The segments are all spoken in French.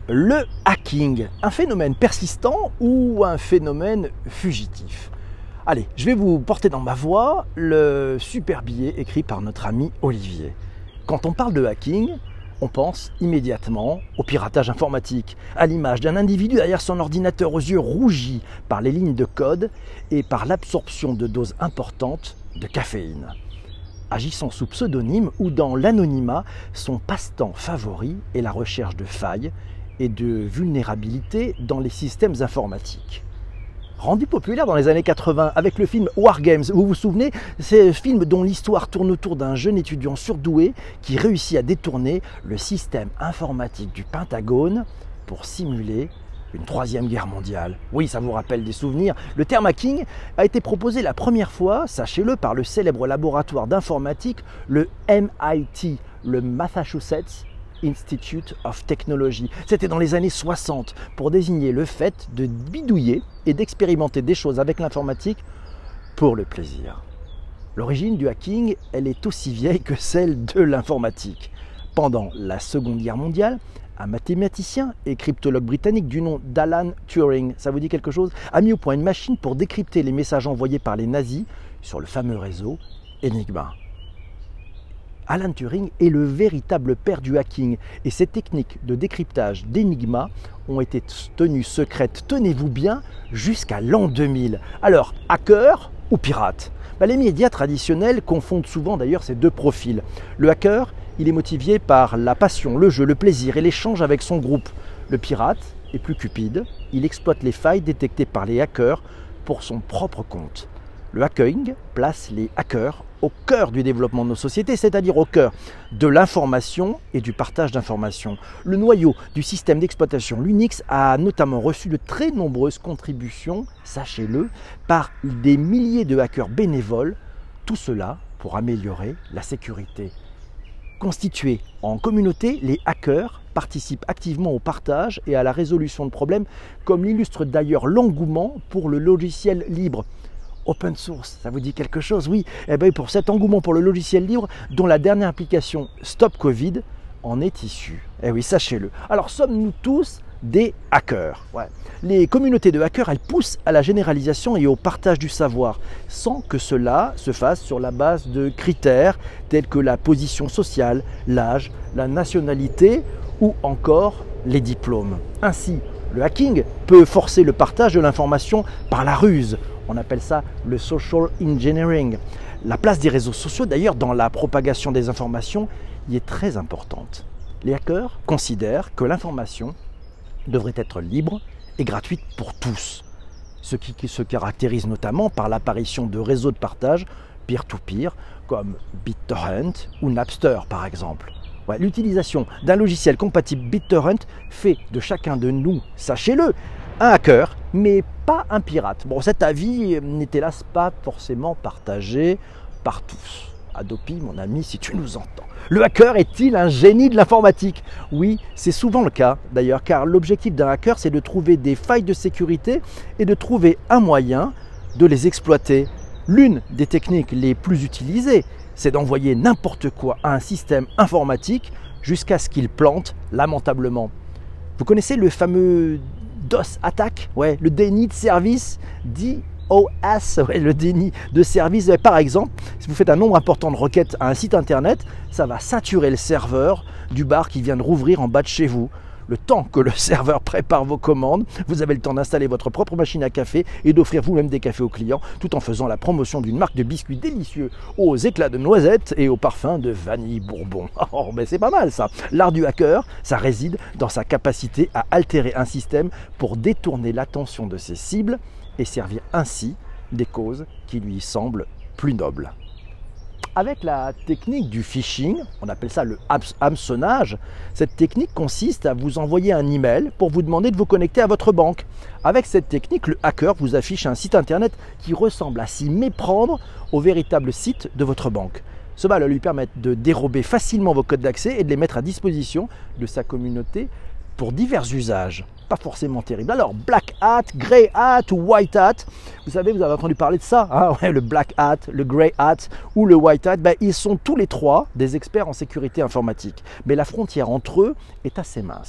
Le hacking, un phénomène persistant ou un phénomène fugitif? Allez, je vais vous porter dans ma voix le super billet écrit par notre ami Olivier. Quand on parle de hacking, on pense immédiatement au piratage informatique, à l'image d'un individu derrière son ordinateur aux yeux rougis par les lignes de code et par l'absorption de doses importantes de caféine. Agissant sous pseudonyme ou dans l'anonymat, son passe-temps favori est la recherche de failles et de vulnérabilités dans les systèmes informatiques. Rendu populaire dans les années 80 avec le film War Games, vous vous souvenez, c'est un film dont l'histoire tourne autour d'un jeune étudiant surdoué qui réussit à détourner le système informatique du Pentagone pour simuler une troisième guerre mondiale. Oui, ça vous rappelle des souvenirs. Le terme hacking a été proposé la première fois, sachez-le, par le célèbre laboratoire d'informatique, le MIT, le Massachusetts Institute of Technology. C'était dans les années 60 pour désigner le fait de bidouiller et d'expérimenter des choses avec l'informatique pour le plaisir. L'origine du hacking, elle est aussi vieille que celle de l'informatique. Pendant la Seconde Guerre mondiale, un mathématicien et cryptologue britannique du nom d'Alan Turing, ça vous dit quelque chose, a mis au point une machine pour décrypter les messages envoyés par les nazis sur le fameux réseau Enigma. Alan Turing est le véritable père du hacking et ces techniques de décryptage d'Enigma ont été tenues secrètes, tenez-vous bien, jusqu'à l'an 2000. Alors, hacker ou pirate? Les médias traditionnels confondent souvent d'ailleurs ces deux profils. Le hacker, il est motivé par la passion, le jeu, le plaisir et l'échange avec son groupe. Le pirate est plus cupide, il exploite les failles détectées par les hackers pour son propre compte. Le hacking place les hackers au cœur du développement de nos sociétés, c'est-à-dire au cœur de l'information et du partage d'informations. Le noyau du système d'exploitation, l'Unix, a notamment reçu de très nombreuses contributions, sachez-le, par des milliers de hackers bénévoles, tout cela pour améliorer la sécurité. Constitués en communauté, les hackers participent activement au partage et à la résolution de problèmes, comme l'illustre d'ailleurs l'engouement pour le logiciel libre. Open source, ça vous dit quelque chose? Oui, pour cet engouement pour le logiciel libre, dont la dernière application Stop Covid en est issue. Oui, sachez-le. Alors, sommes-nous tous des hackers? Les communautés de hackers, elles poussent à la généralisation et au partage du savoir, sans que cela se fasse sur la base de critères tels que la position sociale, l'âge, la nationalité ou encore les diplômes. Ainsi, le hacking peut forcer le partage de l'information par la ruse. On appelle ça le social engineering. La place des réseaux sociaux, d'ailleurs, dans la propagation des informations, y est très importante. Les hackers considèrent que l'information devrait être libre et gratuite pour tous, ce qui se caractérise notamment par l'apparition de réseaux de partage peer-to-peer comme BitTorrent ou Napster par exemple. L'utilisation d'un logiciel compatible BitTorrent fait de chacun de nous, sachez-le, un hacker, mais pas un pirate. Cet avis n'est hélas pas forcément partagé par tous. Adopi, mon ami, si tu nous entends. Le hacker est-il un génie de l'informatique? Oui, c'est souvent le cas d'ailleurs, car l'objectif d'un hacker, c'est de trouver des failles de sécurité et de trouver un moyen de les exploiter. L'une des techniques les plus utilisées, c'est d'envoyer n'importe quoi à un système informatique jusqu'à ce qu'il plante lamentablement. Vous connaissez le fameux DOS attack, le déni de service, DOS, le déni de service. Par exemple, si vous faites un nombre important de requêtes à un site internet, ça va saturer le serveur du bar qui vient de rouvrir en bas de chez vous. Le temps que le serveur prépare vos commandes, vous avez le temps d'installer votre propre machine à café et d'offrir vous-même des cafés aux clients, tout en faisant la promotion d'une marque de biscuits délicieux aux éclats de noisettes et au parfum de vanille bourbon. C'est pas mal ça. L'art du hacker, ça réside dans sa capacité à altérer un système pour détourner l'attention de ses cibles et servir ainsi des causes qui lui semblent plus nobles. Avec la technique du phishing, on appelle ça le hameçonnage, cette technique consiste à vous envoyer un email pour vous demander de vous connecter à votre banque. Avec cette technique, le hacker vous affiche un site internet qui ressemble à s'y méprendre au véritable site de votre banque. Cela va lui permettre de dérober facilement vos codes d'accès et de les mettre à disposition de sa communauté pour divers usages. Pas forcément terrible. Alors, black hat, grey hat ou white hat, vous savez, vous avez entendu parler de ça, le black hat, le grey hat ou le white hat, ils sont tous les trois des experts en sécurité informatique. Mais la frontière entre eux est assez mince.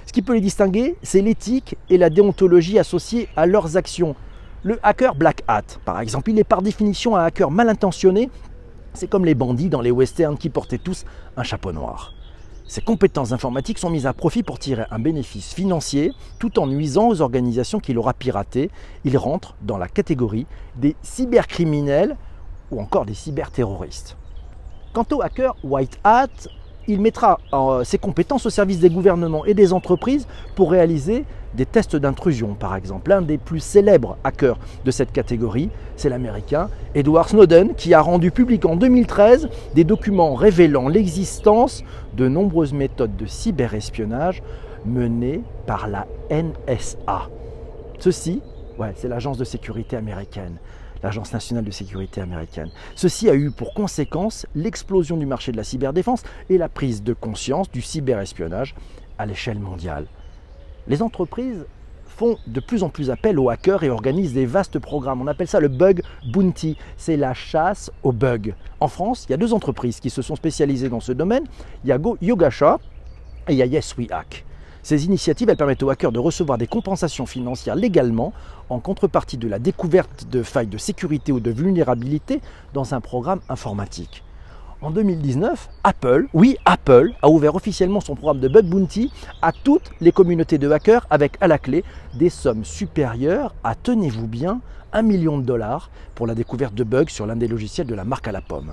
Ce qui peut les distinguer, c'est l'éthique et la déontologie associées à leurs actions. Le hacker Black Hat, par exemple, il est par définition un hacker mal intentionné. C'est comme les bandits dans les westerns qui portaient tous un chapeau noir. Ces compétences informatiques sont mises à profit pour tirer un bénéfice financier tout en nuisant aux organisations qu'il aura piratées. Il rentre dans la catégorie des cybercriminels ou encore des cyberterroristes. Quant au hacker White Hat, il mettra ses compétences au service des gouvernements et des entreprises pour réaliser des tests d'intrusion, par exemple. L'un des plus célèbres hackers de cette catégorie, c'est l'américain Edward Snowden, qui a rendu public en 2013 des documents révélant l'existence de nombreuses méthodes de cyberespionnage menées par la NSA. Ceci, c'est l'agence de sécurité américaine. L'Agence nationale de sécurité américaine. Ceci a eu pour conséquence l'explosion du marché de la cyberdéfense et la prise de conscience du cyberespionnage à l'échelle mondiale. Les entreprises font de plus en plus appel aux hackers et organisent des vastes programmes. On appelle ça le bug bounty, c'est la chasse aux bugs. En France, il y a 2 entreprises qui se sont spécialisées dans ce domaine. Il y a Yogasha et il y a Yes We Hack. Ces initiatives, elles permettent aux hackers de recevoir des compensations financières légalement en contrepartie de la découverte de failles de sécurité ou de vulnérabilité dans un programme informatique. En 2019, Apple a ouvert officiellement son programme de Bug Bounty à toutes les communautés de hackers avec à la clé des sommes supérieures à, tenez-vous bien, $1 million pour la découverte de bugs sur l'un des logiciels de la marque à la pomme.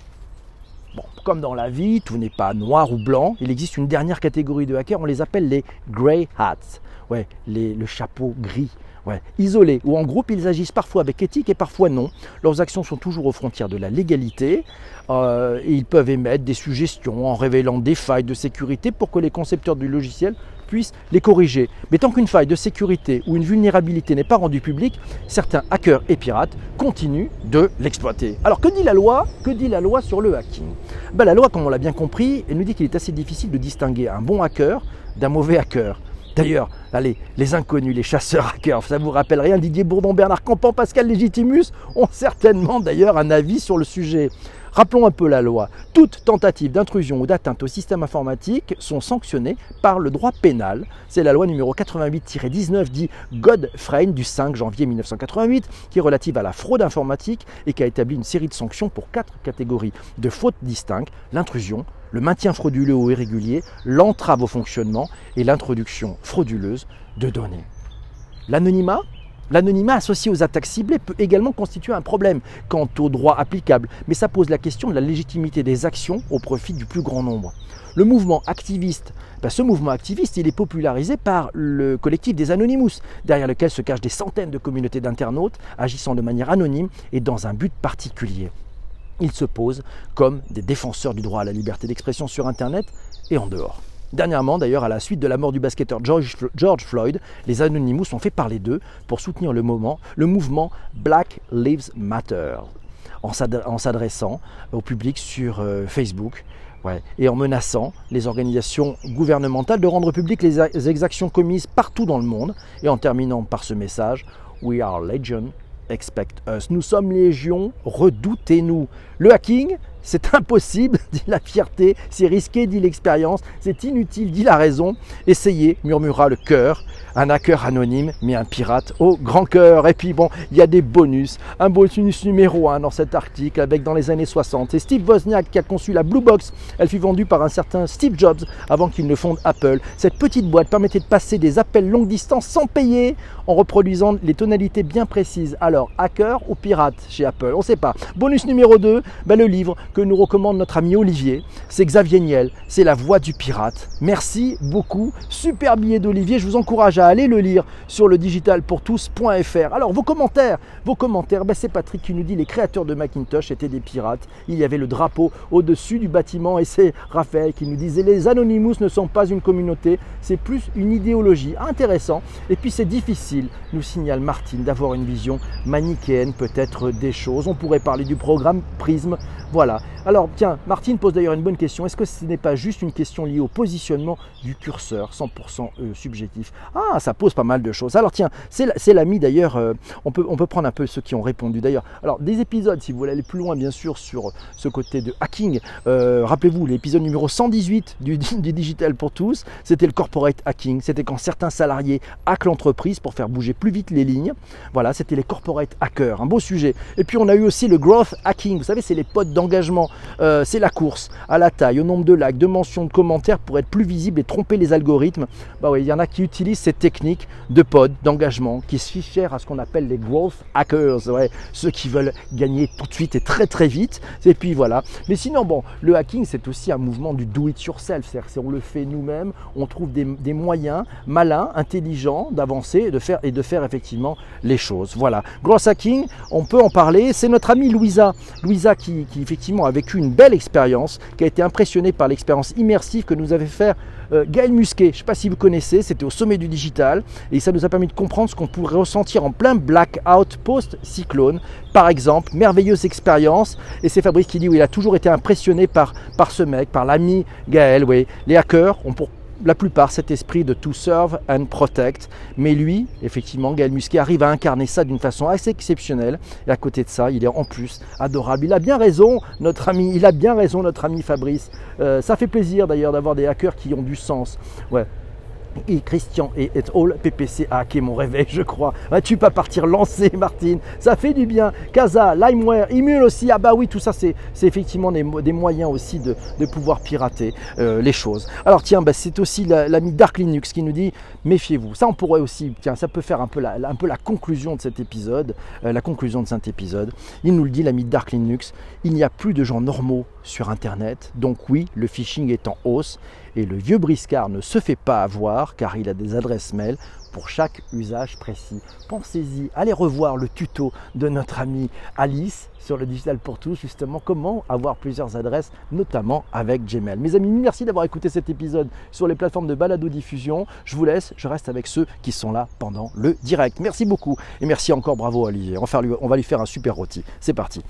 Bon, comme dans la vie, tout n'est pas noir ou blanc. Il existe une dernière catégorie de hackers, on les appelle les Grey Hats, le chapeau gris. Isolés ou en groupe, ils agissent parfois avec éthique et parfois non. Leurs actions sont toujours aux frontières de la légalité et ils peuvent émettre des suggestions en révélant des failles de sécurité pour que les concepteurs du logiciel puissent les corriger. Mais tant qu'une faille de sécurité ou une vulnérabilité n'est pas rendue publique, certains hackers et pirates continuent de l'exploiter. Alors que dit la loi ? Que dit la loi sur le hacking ? La loi, comme on l'a bien compris, elle nous dit qu'il est assez difficile de distinguer un bon hacker d'un mauvais hacker. D'ailleurs, allez, les inconnus, les chasseurs hackers, ça vous rappelle rien, Didier Bourdon, Bernard Campan, Pascal Légitimus ont certainement d'ailleurs un avis sur le sujet. Rappelons un peu la loi. Toute tentative d'intrusion ou d'atteinte au système informatique sont sanctionnées par le droit pénal. C'est la loi numéro 88-19 dit Godfrey du 5 janvier 1988 qui est relative à la fraude informatique et qui a établi une série de sanctions pour 4 catégories de fautes distinctes: l'intrusion, le maintien frauduleux ou irrégulier, l'entrave au fonctionnement et l'introduction frauduleuse de données. L'anonymat associé aux attaques ciblées peut également constituer un problème quant au droit applicable, mais ça pose la question de la légitimité des actions au profit du plus grand nombre. Le mouvement activiste, ce mouvement activiste, il est popularisé par le collectif des Anonymous, derrière lequel se cachent des centaines de communautés d'internautes agissant de manière anonyme et dans un but particulier. Ils se posent comme des défenseurs du droit à la liberté d'expression sur Internet et en dehors. Dernièrement, d'ailleurs, à la suite de la mort du basketteur George Floyd, les Anonymous ont fait parler d'eux pour soutenir le mouvement Black Lives Matter en s'adressant au public sur Facebook et en menaçant les organisations gouvernementales de rendre publiques les exactions commises partout dans le monde et en terminant par ce message « We are Legion, expect us ». Nous sommes légion, redoutez-nous. Le hacking, c'est impossible, dit la fierté, c'est risqué, dit l'expérience, c'est inutile, dit la raison. Essayez, murmura le cœur, un hacker anonyme, mais un pirate au grand cœur. Et puis bon, il y a des bonus. Un bonus numéro 1 dans cet article, avec dans les années 60. C'est Steve Wozniak qui a conçu la Blue Box. Elle fut vendue par un certain Steve Jobs avant qu'il ne fonde Apple. Cette petite boîte permettait de passer des appels longue distance sans payer, en reproduisant les tonalités bien précises. Alors, hacker ou pirate chez Apple, on ne sait pas. Bonus numéro 2, le livre que nous recommande notre ami Olivier, c'est Xavier Niel, c'est La Voix du pirate. Merci beaucoup, super billet d'Olivier, je vous encourage à aller le lire sur le digitalpourtous.fr. Alors vos commentaires, c'est Patrick qui nous dit les créateurs de Macintosh étaient des pirates, il y avait le drapeau au-dessus du bâtiment et c'est Raphaël qui nous disait les Anonymous ne sont pas une communauté, c'est plus une idéologie. Intéressant. Et puis c'est difficile, nous signale Martine, d'avoir une vision manichéenne peut-être des choses. On pourrait parler du programme Prism. Voilà, Alors tiens, Martine pose d'ailleurs une bonne question. Est-ce que ce n'est pas juste une question liée au positionnement du curseur, 100% subjectif? Ah, ça pose pas mal de choses. Alors tiens, c'est l'ami d'ailleurs, on peut prendre un peu ceux qui ont répondu d'ailleurs. Alors des épisodes, si vous voulez aller plus loin bien sûr sur ce côté de hacking, rappelez-vous l'épisode numéro 118 du Digital pour tous, c'était le corporate hacking. C'était quand certains salariés hackent l'entreprise pour faire bouger plus vite les lignes. Voilà, c'était les corporate hackers, un beau sujet. Et puis on a eu aussi le growth hacking. Vous savez, c'est les pods d'engagement, c'est la course à la taille, au nombre de likes, de mentions, de commentaires pour être plus visible et tromper les algorithmes. Bah oui, il y en a qui utilisent cette technique de pod d'engagement qui se fiche cher à ce qu'on appelle les growth hackers, ouais, ceux qui veulent gagner tout de suite et très très vite. Et puis voilà. Mais sinon, bon, le hacking, c'est aussi un mouvement du do it yourself. C'est-à-dire si on le fait nous-mêmes, on trouve des moyens malins, intelligents d'avancer et de faire effectivement les choses. Voilà. Growth hacking, on peut en parler. C'est notre amie Louisa. Louisa qui effectivement a vécu une belle expérience, qui a été impressionnée par l'expérience immersive que nous avait fait Gaël Musquet. Je ne sais pas si vous connaissez, c'était au sommet du digital et ça nous a permis de comprendre ce qu'on pourrait ressentir en plein blackout post-cyclone. Par exemple, merveilleuse expérience. Et c'est Fabrice qui dit oui, il a toujours été impressionné par ce mec, par l'ami Gaël. Oui. Les hackers ont pour la plupart cet esprit de to serve and protect, mais lui, effectivement, Gaël Musquet arrive à incarner ça d'une façon assez exceptionnelle, et à côté de ça, il est en plus adorable. Il a bien raison, notre ami Fabrice. Ça fait plaisir d'ailleurs d'avoir des hackers qui ont du sens. Ouais. Et Christian et all PPC a hacké mon réveil, je crois. Vas-tu pas partir lancer, Martine? Ça fait du bien. Casa, Limeware, Imul aussi. Ah bah oui, tout ça, c'est effectivement des moyens aussi de pouvoir pirater les choses. Alors tiens, bah, c'est aussi l'ami Dark Linux qui nous dit méfiez-vous. Ça, on pourrait aussi, tiens, ça peut faire un peu la conclusion de cet épisode. Il nous le dit, l'ami Dark Linux. Il n'y a plus de gens normaux sur Internet. Donc oui, le phishing est en hausse. Et le vieux briscard ne se fait pas avoir car il a des adresses mail pour chaque usage précis. Pensez-y, allez revoir le tuto de notre amie Alice sur le Digital pour tous, justement comment avoir plusieurs adresses, notamment avec Gmail. Mes amis, merci d'avoir écouté cet épisode sur les plateformes de balado-diffusion. Je vous laisse, je reste avec ceux qui sont là pendant le direct. Merci beaucoup et merci encore, bravo Olivier. On va lui faire un super rôti. C'est parti.